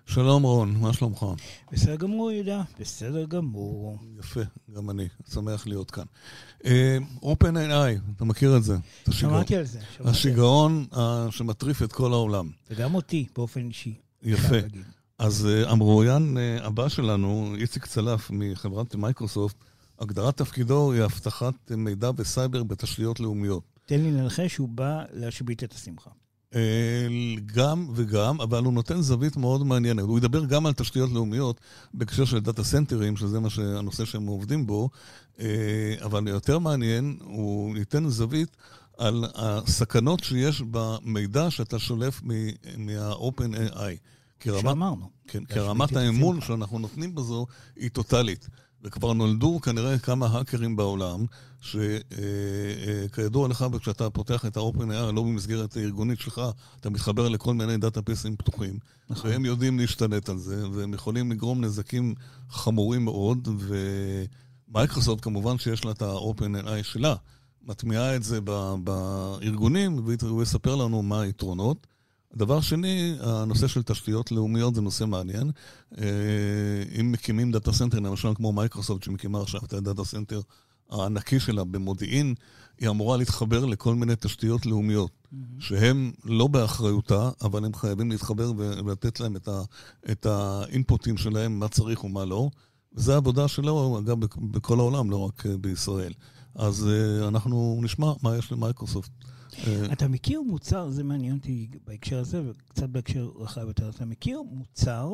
שלום רון, מה שלומך? בסדר גמור, ידע, בסדר גמור. יפה, גם אני, שמח להיות כאן. OpenAI, אתה מכיר את זה? שמעתי על זה. השיגעון שמטריף את כל העולם. וגם אותי, באופן אישי. יפה. אז המרואיין הבא שלנו, איציק צלף מחברת מייקרוסופט, הגדרת תפקידו היא הבטחת מידע וסייבר בתשתיות לאומיות. תן לי לנחש שהוא בא להשבית את השמחה. גם וגם, אבל הוא נותן זווית מאוד מעניינת. הוא ידבר גם על תשתיות לאומיות בהקשר של דאטה סנטרים, שזה הנושא שהם עובדים בו, אבל יותר מעניין, הוא ייתן זווית על הסכנות שיש במידע שאתה שולף מה-OpenAI. שאמרנו. כן, כי רמת האמון שאנחנו נותנים בזו היא טוטלית. וכבר נולדו כנראה כמה האקרים בעולם, שכידוע לך, כשאתה פותח את ה-OpenAI, לא במסגרת הארגונית שלך, אתה מתחבר לכל מיני דאטאבייסים פתוחים, והם יודעים להשתלט על זה, והם יכולים לגרום נזקים חמורים מאוד, ומייקרוסופט כמובן שיש לה את ה-OpenAI שלה, מטמיעה את זה בארגונים, והוא יספר לנו מה היתרונות. דבר שני, הנושא של תשתיות לאומיות זה נושא מעניין. אם מקימים דאטה סנטר, למשל כמו מייקרוסופט שמקימה עכשיו את הדאטה סנטר הענקי שלה במודיעין, היא אמורה להתחבר לכל מיני תשתיות לאומיות, שהם לא באחריותה, אבל הם חייבים להתחבר ולתת להם את האינפוטים שלהם, מה צריך ומה לא. וזו העבודה שלו, אגב, בכל העולם, לא רק בישראל. אז אנחנו נשמע מה יש למייקרוסופט. אתה מכיר מוצר, זה מעניין אותי בהקשר הזה, וקצת בהקשר רחב יותר, אתה מכיר מוצר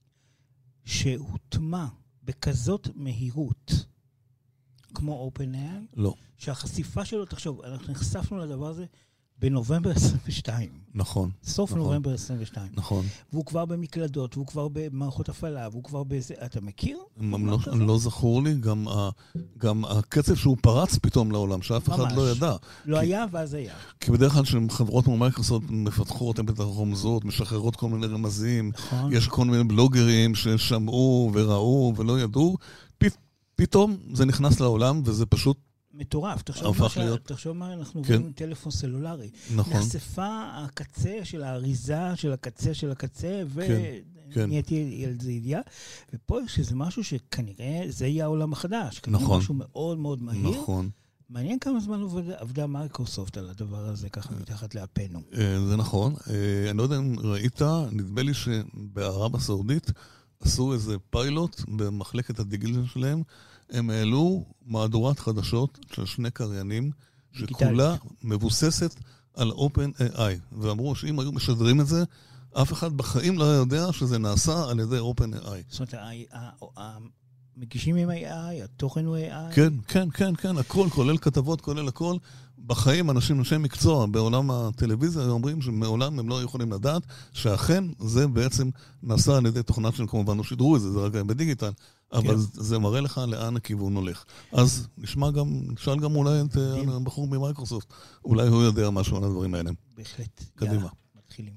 שהוטמע בכזאת מהירות, כמו OpenAI? לא. שהחשיפה שלו, תחשוב, אנחנו נחשפנו לדבר הזה בנובמבר 22. נכון. סוף נובמבר 22. נכון. והוא כבר במקלדות, והוא כבר במערכות הפעלה, והוא כבר באיזה... אתה מכיר? לא זכור לי, גם הקצב שהוא פרץ פתאום לעולם, שאף אחד לא ידע. לא היה, ואז היה. כי בדרך כלל שחברות כמו מייקרוסופט מפתחות את הרמזות, משחררות כל מיני רמזים, יש כל מיני בלוגרים ששמעו וראו ולא ידעו, פתאום זה נכנס לעולם, וזה פשוט מטורף, תחשוב מה אנחנו רואים טלפון סלולרי. נכון. נחשפה הקצה של האריזה של הקצה של הקצה, ונהייתי על זה ידיעה. ופה יש איזה משהו שכנראה זה יהיה העולם החדש. נכון. משהו מאוד מאוד מהיר. נכון. מעניין כמה זמן עבדה מייקרוסופט על הדבר הזה, ככה מתחת לאפנו. זה נכון. אני לא יודע אם ראית, נדמה לי שבערב הסעודית עשו איזה פיילוט במחלקת הדיגיטל שלהם, הם העלו מהדורת חדשות של שני קריינים, שכולה מבוססת על OpenAI, ואמרו שאם היו משדרים את זה, אף אחד בחיים לא יודע שזה נעשה על ידי OpenAI. זאת אומרת, מגישים עם AI, התוכן הוא AI? כן, הכל, כולל כתבות, כולל הכל. בחיים אנשי מקצוע בעולם הטלוויזיה אומרים שמעולם הם לא יכולים לדעת שאכן זה בעצם נעשה על ידי תוכנת של כמובן לא שידרו את זה, זה רק בדיגיטל, אבל זה מראה לך לאן הכיוון הולך. אז נשאל גם אולי את הבחור ממייקרוסופט, אולי הוא יודע משהו על הדברים האלה. בהחלט. קדימה. מתחילים.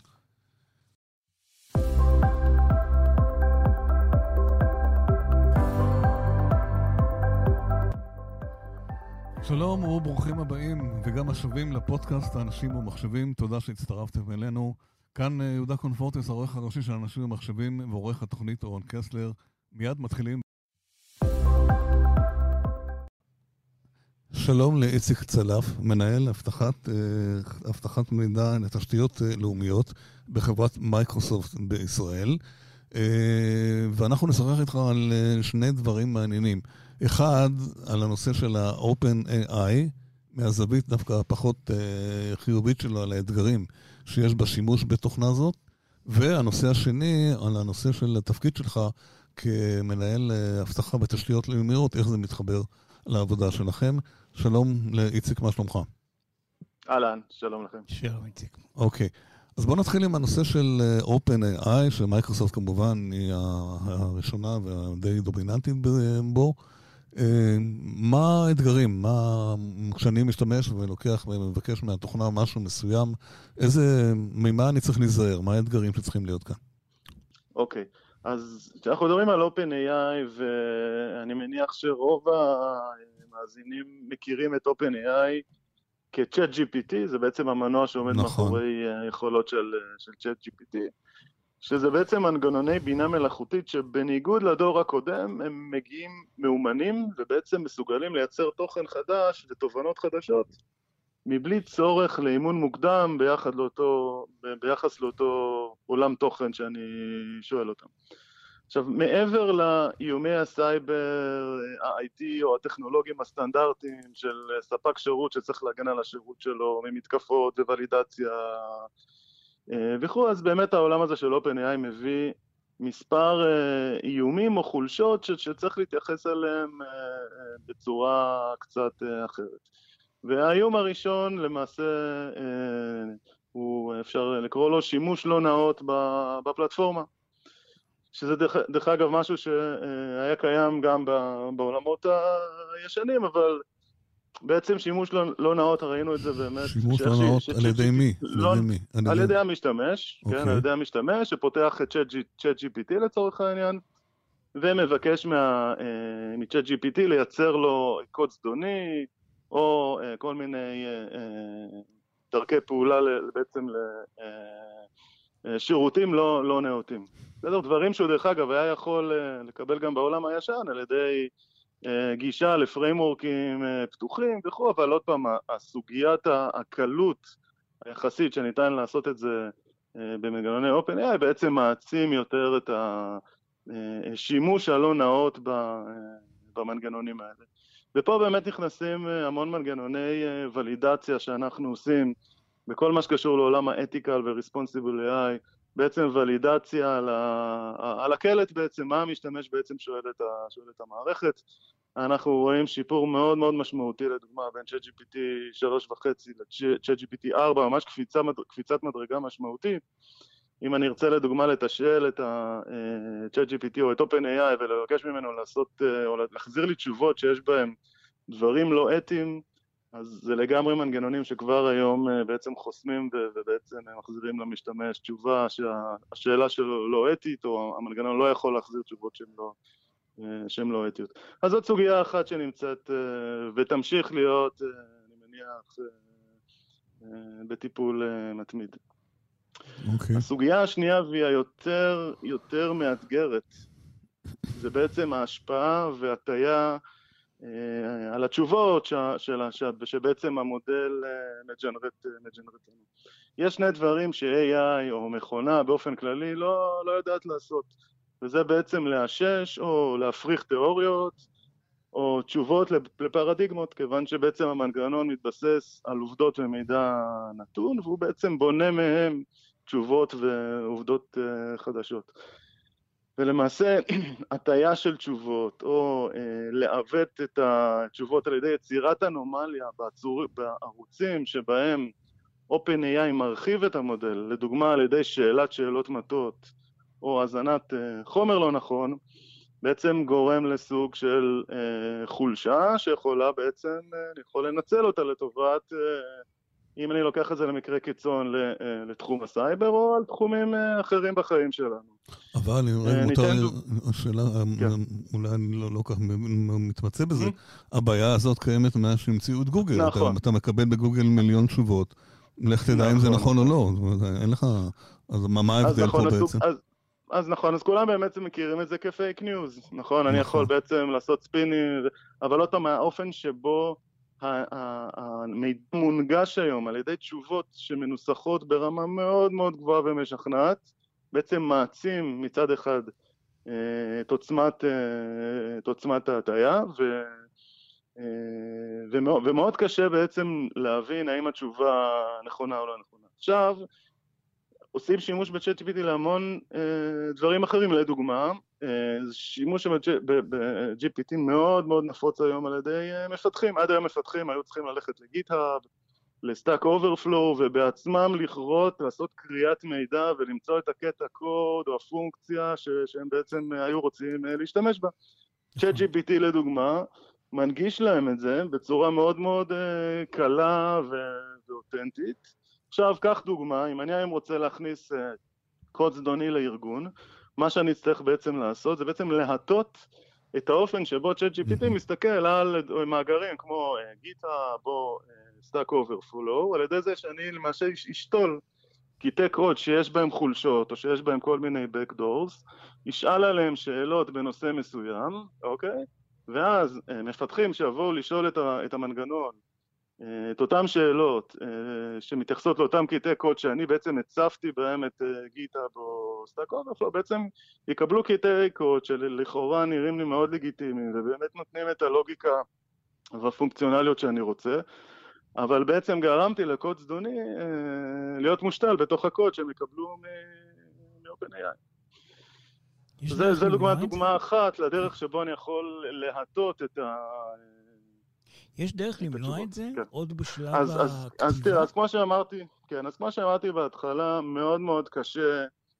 שלום וברוכים הבאים וגם השבים לפודקאסט האנשים ומחשבים. תודה שהצטרפתם אלינו. כאן יהודה קונפורטס, העורך הראשי של אנשים ומחשבים ועורך התוכנית אורן קסלר. מיד מתחילים. שלום לאיציק צלף, מנהל הבטחת מידע לתשתיות לאומיות בחברת מייקרוסופט בישראל. ואנחנו נשוחח איתך על שני דברים מעניינים. אחד, על הנושא של ה-OpenAI, מהזווית דווקא הפחות חיובית שלו, על האתגרים שיש בשימוש בתוכנה זאת, והנושא השני, על הנושא של התפקיד שלך כמנהל הבטחה בתשתיות לאומיות, איך זה מתחבר לעבודה שלכם. שלום לאיציק, מה שלומך? אהלן, שלום לכם. שלום איציק. אוקיי. אז בואו נתחיל עם הנושא של OpenAI, שמייקרוסופט כמובן היא הראשונה והדי דומיננטית בו. מה האתגרים? כשאני משתמש ולוקח ומבקש מהתוכנה משהו מסוים, ממה אני צריך להיזהר? מה האתגרים שצריכים להיות כאן? אוקיי, אז כשאנחנו מדברים על OpenAI, ואני מניח שרוב המאזינים מכירים את OpenAI כ-ChatGPT, זה בעצם המנוע שעומד מאחורי היכולות של ChatGPT, שזה בעצם מנגנוני בינה מלאכותית שבניגוד לדור הקודם הם מגיעים מאומנים ובעצם מסוגלים לייצר תוכן חדש ותובנות חדשות מבלי צורך לאימון מוקדם ביחס לאותו עולם תוכן שאני שואל אותם. עכשיו, מעבר לאיומי הסייבר, ה-IT או הטכנולוגיים הסטנדרטיים של ספק שירות שצריך להגן על השירות שלו ממתקפות וולידציה וכו', אז באמת העולם הזה של OpenAI מביא מספר איומים או חולשות שצריך להתייחס אליהם בצורה קצת אחרת. והאיום הראשון למעשה הוא אפשר לקרוא לו שימוש לא נאות בפלטפורמה, שזה דרך אגב משהו שהיה קיים גם בעולמות הישנים, אבל בעצם שימוש לא נאות, ראינו את זה באמת. שימוש לא נאות על ידי מי? על ידי המשתמש, כן, על ידי המשתמש שפותח את ChatGPT לצורך העניין, ומבקש מ-ChatGPT לייצר לו קוד זדוני, או כל מיני דרכי פעולה בעצם לשירותים לא נאותים. זה דברים שהוא דרך אגב היה יכול לקבל גם בעולם הישן על ידי גישה לפריימורקים פתוחים וכו', אבל עוד פעם, הסוגיית הקלות היחסית שניתן לעשות את זה במנגנוני OpenAI בעצם מעצים יותר את השימוש הלא נאות במנגנונים האלה. ופה באמת נכנסים המון מנגנוני ולידציה שאנחנו עושים בכל מה שקשור לעולם האתיקל ו-responsible AI, בעצם ולידציה על הקלט בעצם, מה המשתמש בעצם שואל את המערכת. אנחנו רואים שיפור מאוד מאוד משמעותי לדוגמה בין ChatGPT 3.5 ל-ChatGPT 4, ממש קפיצת מדרגה משמעותית. אם אני ארצה לדוגמה לתשאל את ה-ChatGPT או את OpenAI ולבקש ממנו לעשות או להחזיר לי תשובות שיש בהם דברים לא אתיים, אז זה לגמרי מנגנונים שכבר היום בעצם חוסמים ובעצם מחזירים למשתמש תשובה שהשאלה שלו לא אתית, או המנגנון לא יכול להחזיר תשובות שהן לא אתיות. אז זאת סוגיה אחת שנמצאת ותמשיך להיות, אני מניח, בטיפול מתמיד. Okay. הסוגיה השנייה והיא יותר מאתגרת, זה בעצם ההשפעה והטיה על התשובות שבעצם המודל מג'נרט לנו. יש שני דברים ש-AI או מכונה באופן כללי לא יודעת לעשות, וזה בעצם לאשש או להפריך תיאוריות או תשובות לפרדיגמות, כיוון שבעצם המנגנון מתבסס על עובדות ומידע נתון, והוא בעצם בונה מהם תשובות ועובדות חדשות. ולמעשה, הטיה של תשובות, או לעוות את התשובות על ידי יצירת אנומליה בערוצים שבהם OpenAI מרחיב את המודל, לדוגמה על ידי שאלות מטות, או הזנת חומר לא נכון, בעצם גורם לסוג של חולשה שיכולה בעצם, אני יכול לנצל אותה לטובת, אם אני לוקח את זה למקרה קיצון לתחום הסייבר או על תחומים אחרים בחיים שלנו. אבל אם מותר השאלה, אולי אני לא כך מתמצא בזה, הבעיה הזאת קיימת מאז שהמציאו את גוגל. אתה מקבל בגוגל מיליון תשובות, לך תדע אם זה נכון או לא, אין לך, אז מה ההבדל פה בעצם? אז נכון, אז כולם באמת מכירים את זה כפייק ניוז, נכון? אני יכול בעצם לעשות ספינים, אבל עוד פעם, האופן שבו המידע מונגש היום על ידי תשובות שמנוסחות ברמה מאוד מאוד גבוהה ומשכנעת, בעצם מעצים מצד אחד את עוצמת ההטיה, ומאוד קשה בעצם להבין האם התשובה נכונה או לא נכונה. עכשיו, עושים שימוש ב-ChatGPT להמון דברים אחרים, לדוגמה, שימוש ב-GPT מאוד מאוד נפוץ היום על ידי מפתחים. עד היום מפתחים היו צריכים ללכת לגיט-האב, לסטאק אוברפלואו, ובעצמם לכרות, לעשות קריאת מידע ולמצוא את הקטע קוד או הפונקציה שהם בעצם היו רוצים להשתמש בה. ChatGPT לדוגמה, מנגיש להם את זה בצורה מאוד מאוד קלה ואותנטית. עכשיו, כך דוגמה, אם אני היום רוצה להכניס קוד זדוני לארגון, מה שאני אצטרך בעצם לעשות, זה בעצם להטות את האופן שבו ChatGPT מסתכל על מאגרים כמו GitHub או Stack Overflow, על ידי זה שאני למעשה אשתול קטעי קוד שיש בהם חולשות, או שיש בהם כל מיני backdoors, ישאל עליהם שאלות בנושא מסוים, אוקיי? ואז מפתחים שיבואו לשאול את המנגנון, את אותם שאלות שמתייחסות לאותם קטעי קוד שאני בעצם הצפתי בהם את גיטהאב או סטאק אוברפלואו, בעצם יקבלו קטעי קוד שלכאורה נראים לי מאוד לגיטימיים, ובאמת נותנים את הלוגיקה והפונקציונליות שאני רוצה, אבל בעצם גרמתי לקוד זדוני להיות מושתל בתוך הקוד שהם יקבלו מ-OpenAI. זה דוגמה אחת לדרך שבו אני יכול להטות את ה... יש דרך למנוע את זה? כן. עוד בשלב הכתיבה? אז כמו שאמרתי בהתחלה, מאוד מאוד קשה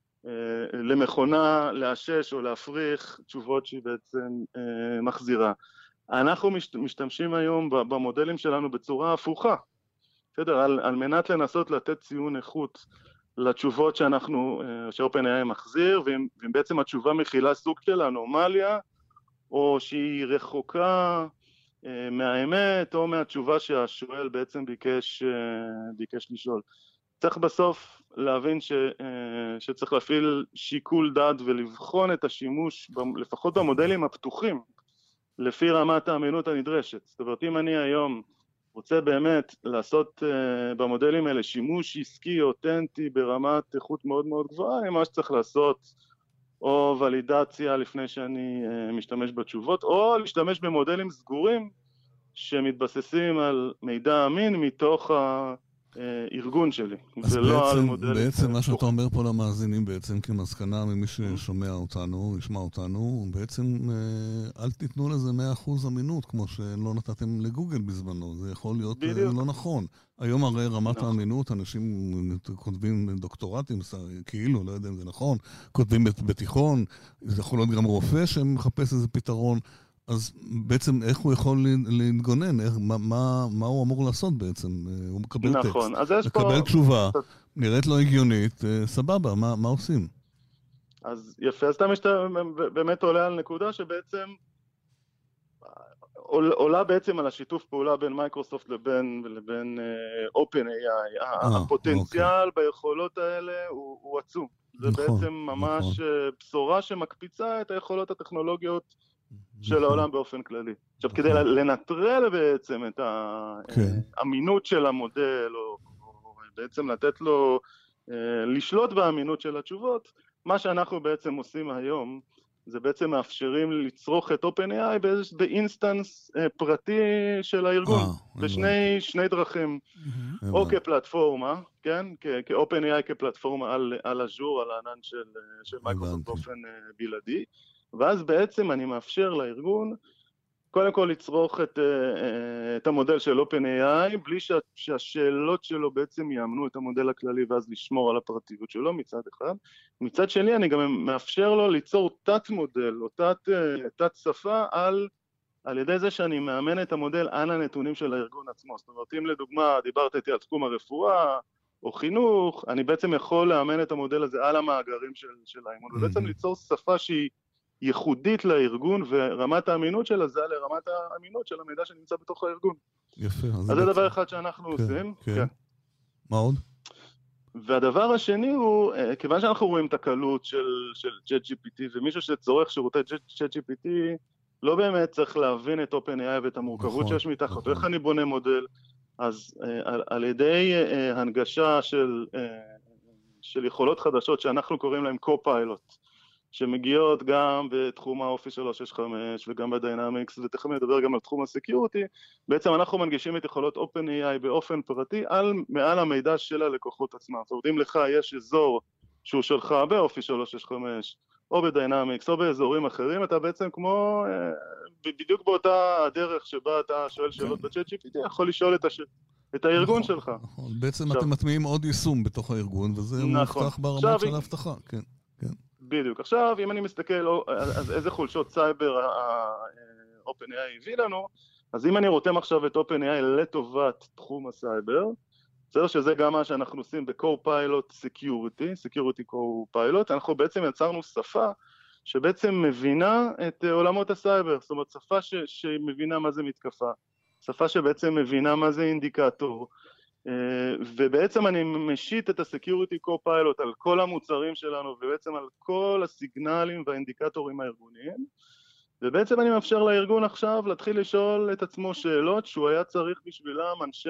למכונה לאשש או להפריך תשובות שהיא בעצם מחזירה. אנחנו משתמשים היום במודלים שלנו בצורה הפוכה, בסדר? על מנת לנסות לתת ציון איכות לתשובות ש-OpenAI מחזיר, ואם בעצם התשובה מכילה סוג של אנומליה, או שהיא רחוקה מהאמת, או מהתשובה שהשואל בעצם ביקש לשאול. צריך בסוף להבין שצריך להפעיל שיקול דעת ולבחון את השימוש, לפחות במודלים הפתוחים, לפי רמת האמינות הנדרשת. זאת אומרת, אם אני היום רוצה באמת לעשות במודלים האלה שימוש עסקי אותנטי ברמת איכות מאוד מאוד גבוהה, אני ממש צריך לעשות או ולידציה לפני שאני משתמש בתשובות, או להשתמש במודלים סגורים שמתבססים על מידע אמין מתוך הארגון שלי. אז בעצם מה שאתה אומר פה למאזינים בעצם כמסקנה ממי ששומע אותנו, ישמע אותנו, בעצם אל תיתנו לזה 100% אמינות כמו שלא נתתם לגוגל בזמנו, זה יכול להיות לא נכון. היום הרי רמת האמינות, אנשים כותבים דוקטורטים, כאילו, לא יודע אם זה נכון, כותבים בתיכון, זה יכול להיות גם רופא שמחפש איזה פתרון, אז בעצם איך הוא יכול להתגונן? מה הוא אמור לעשות בעצם? הוא מקבל טקסט, מקבל תשובה, נראית לו הגיונית, סבבה, מה עושים? אז יפה, אז אתה באמת עולה על נקודה שבעצם עולה בעצם על השיתוף פעולה בין מייקרוסופט לבין OpenAI. הפוטנציאל ביכולות האלה הוא עצום. זה בעצם ממש בשורה שמקפיצה את היכולות הטכנולוגיות של העולם באופן כללי. עכשיו, כדי לנטרל בעצם את האמינות של המודל, או בעצם לתת לו לשלוט באמינות של התשובות, מה שאנחנו בעצם עושים היום, זה בעצם מאפשרים לצרוך את OpenAI באינסטנס פרטי של הארגון, בשני דרכים, או כפלטפורמה, כן? כ-OpenAI כפלטפורמה על אז'ור, על הענן של מייקרוסופט באופן בלעדי, ואז בעצם אני מאפשר לארגון, קודם כל לצרוך את המודל של OpenAI, בלי שהשאלות שלו בעצם יאמנו את המודל הכללי, ואז לשמור על הפרטיות שלו מצד אחד. מצד שני, אני גם מאפשר לו ליצור תת מודל, או תת שפה, על ידי זה שאני מאמן את המודל על הנתונים של הארגון עצמו. זאת אומרת, אם לדוגמה דיברת איתי על תחום הרפואה, או חינוך, אני בעצם יכול לאמן את המודל הזה על המאגרים של האימון, ובעצם ליצור שפה שהיא ייחודית לארגון, ורמת האמינות שלה זה לרמת האמינות של המידע שנמצא בתוך הארגון. יפה. אז זה דבר אחד שאנחנו עושים. כן. מה עוד? והדבר השני הוא, כיוון שאנחנו רואים את הקלות של ChatGPT, ומישהו שצורך שירותי ChatGPT, לא באמת צריך להבין את OpenAI ואת המורכבות שיש מתחת, ואיך אני בונה מודל, אז על ידי הנגשה של יכולות חדשות, שאנחנו קוראים להם co-pilot, שמגיעות גם בתחום האופי 365 וגם בדיינמיקס, ותכף נדבר גם על תחום הסקיוריטי, בעצם אנחנו מנגישים את יכולות OpenAI באופן פרטי מעל המידע של הלקוחות עצמם. זאת אומרת, אם לך יש אזור שהוא שלך באופי 365, או בדיינמיקס, או באזורים אחרים, אתה בעצם כמו, בדיוק באותה הדרך שבה אתה שואל שאלות ב-ChatGPT, יכול לשאול את הארגון שלך. בעצם אתם מטמיעים עוד יישום בתוך הארגון, וזה מובטח ברמה של ההבטחה, כן. בדיוק. עכשיו, אם אני מסתכל אז איזה חולשות סייבר ה-OpenAI הביא לנו, אז אם אני רותם עכשיו את OpenAI לטובת תחום הסייבר, בסדר שזה גם מה שאנחנו עושים ב-Co-Pilot Security Co-Pilot, אנחנו בעצם יצרנו שפה שבעצם מבינה את עולמות הסייבר, זאת אומרת שפה שמבינה מה זה מתקפה, שפה שבעצם מבינה מה זה אינדיקטור, ובעצם אני משית את ה-Security Co-Pilot על כל המוצרים שלנו, ובעצם על כל הסיגנלים והאינדיקטורים הארגוניים, ובעצם אני מאפשר לארגון עכשיו להתחיל לשאול את עצמו שאלות שהוא היה צריך בשבילם אנשי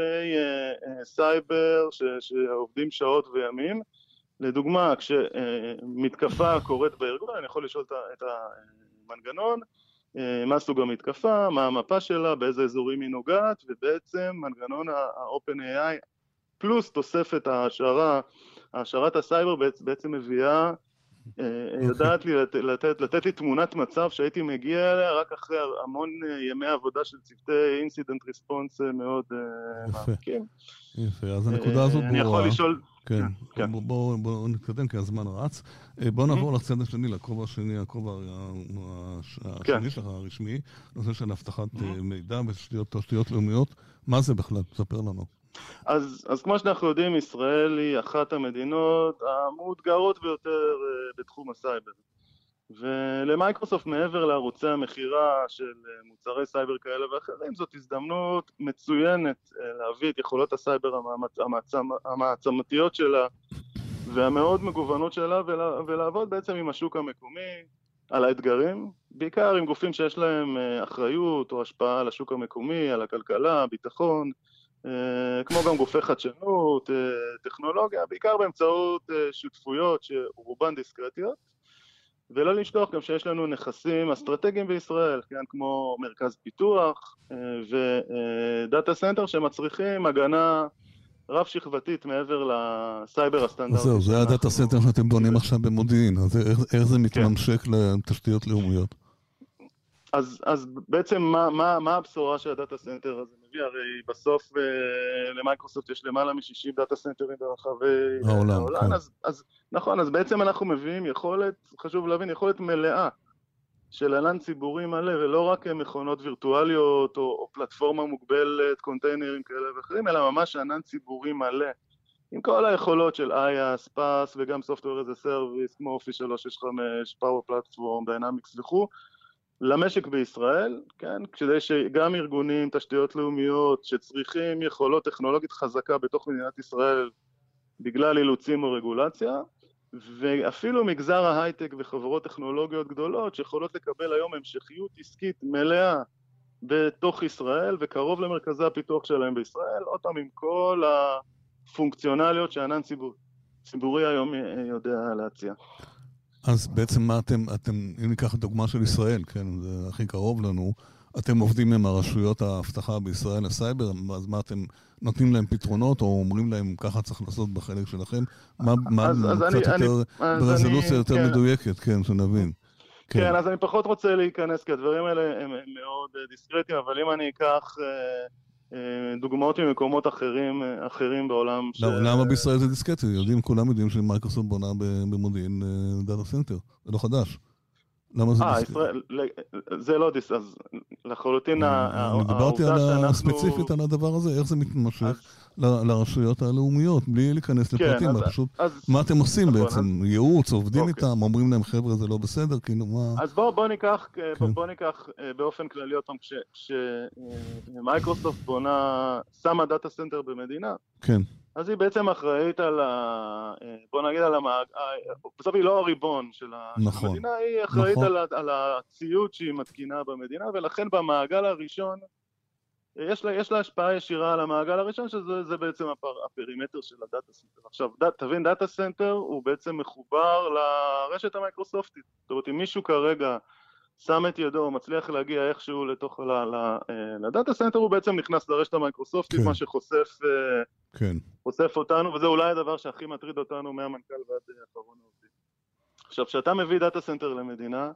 סייבר שעובדים שעות וימים. לדוגמה, כשמתקפה קורית בארגון, אני יכול לשאול את המנגנון, מה סוג המתקפה, מה המפה שלה, באיזה אזורים היא נוגעת, ובעצם מנגנון ה-OpenAI פלוס תוספת העשרת הסייבר בעצם מביאה, יודעת לי לתת לי תמונת מצב שהייתי מגיע אליה רק אחרי המון ימי עבודה של צוותי אינסידנט ריספונס מאוד מעמיקים. יפה, אז הנקודה הזאת ברורה. אני יכול לשאול... כן, בואו נתקדם כי הזמן רץ. בואו נעבור לצד השני, לכובע השני, הכובע השני שלך הרשמי, נושא של הבטחת מידע ותשתיות לאומיות. מה זה בכלל? תספר לנו. אז כמו שאנחנו יודעים, ישראל היא אחת המדינות המאותגרות ביותר בתחום הסייבר. ולמייקרוסופט מעבר לערוצי המחירה של מוצרי סייבר כאלה ואחרים, זאת הזדמנות מצוינת להביא את יכולות הסייבר המעצמתיות שלה והמאוד מגוונות שלה ולעבוד בעצם עם השוק המקומי על האתגרים, בעיקר עם גופים שיש להם אחריות או השפעה על השוק המקומי, על הכלכלה, ביטחון, כמו גם גופי חדשנות, טכנולוגיה, בעיקר באמצעות שותפויות שרובן דיסקרטיות, ולא לשכוח גם שיש לנו נכסים אסטרטגיים בישראל, כן, כמו מרכז פיתוח ודאטה סנטר שמצריכים הגנה רב שכבתית מעבר לסייבר הסטנדרטי. זהו, זה הדאטה סנטר שאתם בונים עכשיו במודיעין, אז איך זה מתממשק לתשתיות לאומיות? אז בעצם מה הבשורה שהדאטה סנטר הזה מביא? הרי בסוף למייקרוסופט יש למעלה מ-60 דאטה סנטרים ברחבי העולם. אז נכון, אז בעצם אנחנו מביאים יכולת, חשוב להבין, יכולת מלאה של ענן ציבורי מלא, ולא רק מכונות וירטואליות או פלטפורמה מוגבלת, קונטיינרים כאלה ואחרים, אלא ממש ענן ציבורי מלא, עם כל היכולות של IaaS, PaaS וגם Software as a Service, כמו Office 365, Power Platform, Dynamics וכו', למשק בישראל, כן, כדי שגם ארגונים, תשתיות לאומיות שצריכים יכולות טכנולוגית חזקה בתוך מדינת ישראל בגלל אילוצים או רגולציה, ואפילו מגזר ההייטק וחברות טכנולוגיות גדולות שיכולות לקבל היום המשכיות עסקית מלאה בתוך ישראל וקרוב למרכזי הפיתוח שלהם בישראל, עוד פעם עם כל הפונקציונליות שענן ציבורי היום יודע להציע. אז בעצם מה אתם, אם ניקח את דוגמה של ישראל, כן, זה הכי קרוב לנו, אתם עובדים עם הרשויות האבטחה בישראל לסייבר, אז מה אתם נותנים להם פתרונות, או אומרים להם ככה צריך לעשות בחלק שלכם? מה קצת יותר, ברזולוציה יותר מדויקת, כן, שנבין. כן, אז אני פחות רוצה להיכנס, כי הדברים האלה הם מאוד דיסקרטיים, אבל אם אני אקח דוגמאות ממקומות אחרים בעולם. למה בישראל זה דיסקרטי? כולם יודעים שמייקרוסופט בונה במודיעין דאטה סנטר, זה לא חדש. למה זה דיסקרטי? זה לא דיסקרטי, אז לחלוטין אני דיברתי ספציפית על הדבר הזה, איך זה מתמשך לרשויות הלאומיות, בלי להיכנס לפרטים, מה אתם עושים בעצם? ייעוץ, עובדים איתם, אומרים להם חבר'ה זה לא בסדר, כאילו מה... אז בוא ניקח באופן כללי אותם, כשמייקרוסופט שמה דאטה סנטר במדינה, כן. אז היא בעצם אחראית על בוא נגיד על בסוף היא לא הריבון של המדינה, היא אחראית על הציוד שהיא מתקינה במדינה, ולכן במעגל הראשון, יש לה השפעה ישירה על המעגל הראשון, שזה בעצם הפרימטר של הדאטה סנטר. עכשיו, תבין, דאטה סנטר הוא בעצם מחובר לרשת המייקרוסופטית. זאת אומרת, אם מישהו כרגע שם את ידו, הוא מצליח להגיע איכשהו לתוך לדאטה סנטר, הוא בעצם נכנס לרשת המייקרוסופטית, מה שחושף אותנו, וזה אולי הדבר שהכי מטריד אותנו מהמנכ"ל ועד האחרון העובדים. עכשיו, כשאתה מביא דאטה סנטר למדינה,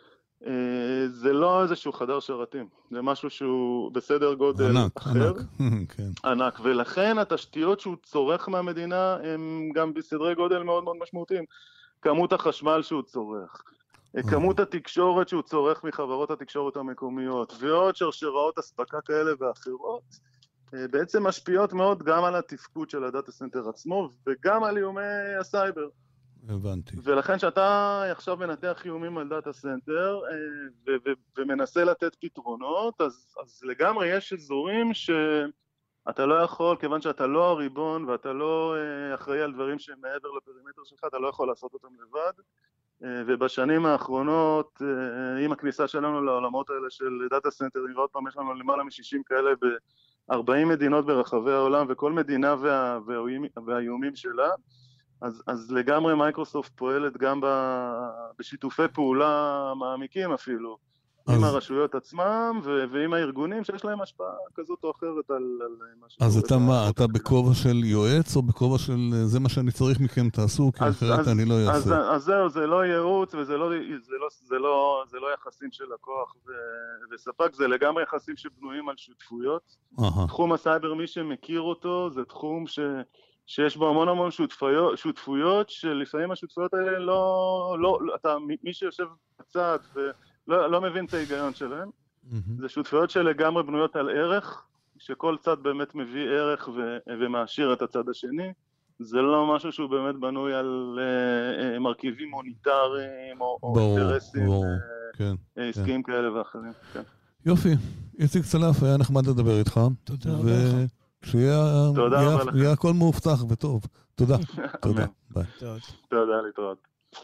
זה לא איזשהו חדר שרתים, זה משהו שהוא בסדר גודל אחר, ענק, ולכן התשתיות שהוא צורך מהמדינה הם גם בסדרי גודל מאוד מאוד משמעותיים. כמות החשמל שהוא צורך, כמות התקשורת שהוא צורך מחברות התקשורת המקומיות, ועוד שרשראות הספקה כאלה ואחרות, בעצם משפיעות מאוד גם על התפקוד של הדאטה סנטר עצמו, וגם על איומי הסייבר. הבנתי. ולכן שאתה עכשיו מנתח איומים על דאטה סנטר ומנסה לתת פתרונות, אז לגמרי יש אזורים אתה לא יכול, כיוון שאתה לא הריבון ואתה לא אחראי על דברים שהם מעבר לפרימטר שלך, אתה לא יכול לעשות אותם לבד. ובשנים האחרונות, עם הכניסה שלנו לעולמות האלה של דאטה סנטרים, ועוד פעם יש לנו למעלה מ-60 כאלה ב-40 מדינות ברחבי העולם, וכל מדינה והאיומים שלה, אז לגמרי מייקרוסופט פועלת גם בשיתופי פעולה מעמיקים אפילו, עם הרשויות עצמם ועם הארגונים שיש להם השפעה כזאת או אחרת על מה שקורה. אז אתה מה, אתה בכובע של יועץ או בכובע של זה מה שאני צריך מכם תעשו, כי אחרת אני לא אעשה? אז זהו, זה לא ייעוץ וזה לא יחסים של לקוח וספק, זה לגמרי יחסים שבנויים על שותפויות. תחום הסייבר, מי שמכיר אותו, זה תחום שיש בו המון המון שותפויות, שלפעמים השותפויות האלה מי שיושב בצד לא מבין את ההיגיון שלהם. זה שותפויות שלגמרי בנויות על ערך, שכל צד באמת מביא ערך ומעשיר את הצד השני. זה לא משהו שהוא באמת בנוי על מרכיבים מוניטריים או אינטרסים עסקיים כאלה ואחרים. יופי, איציק צלף, היה נחמד לדבר איתך. תודה רבה. שיהיה הכל מאובטח וטוב. תודה. תודה. ביי. תודה, להתראות.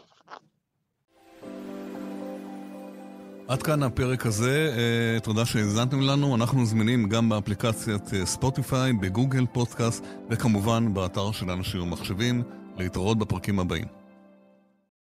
עד כאן הפרק הזה, תודה שהזנתם לנו, אנחנו זמינים גם באפליקציית ספוטיפיי, בגוגל פודקאסט וכמובן באתר של אנשים ומחשבים, להתראות בפרקים הבאים.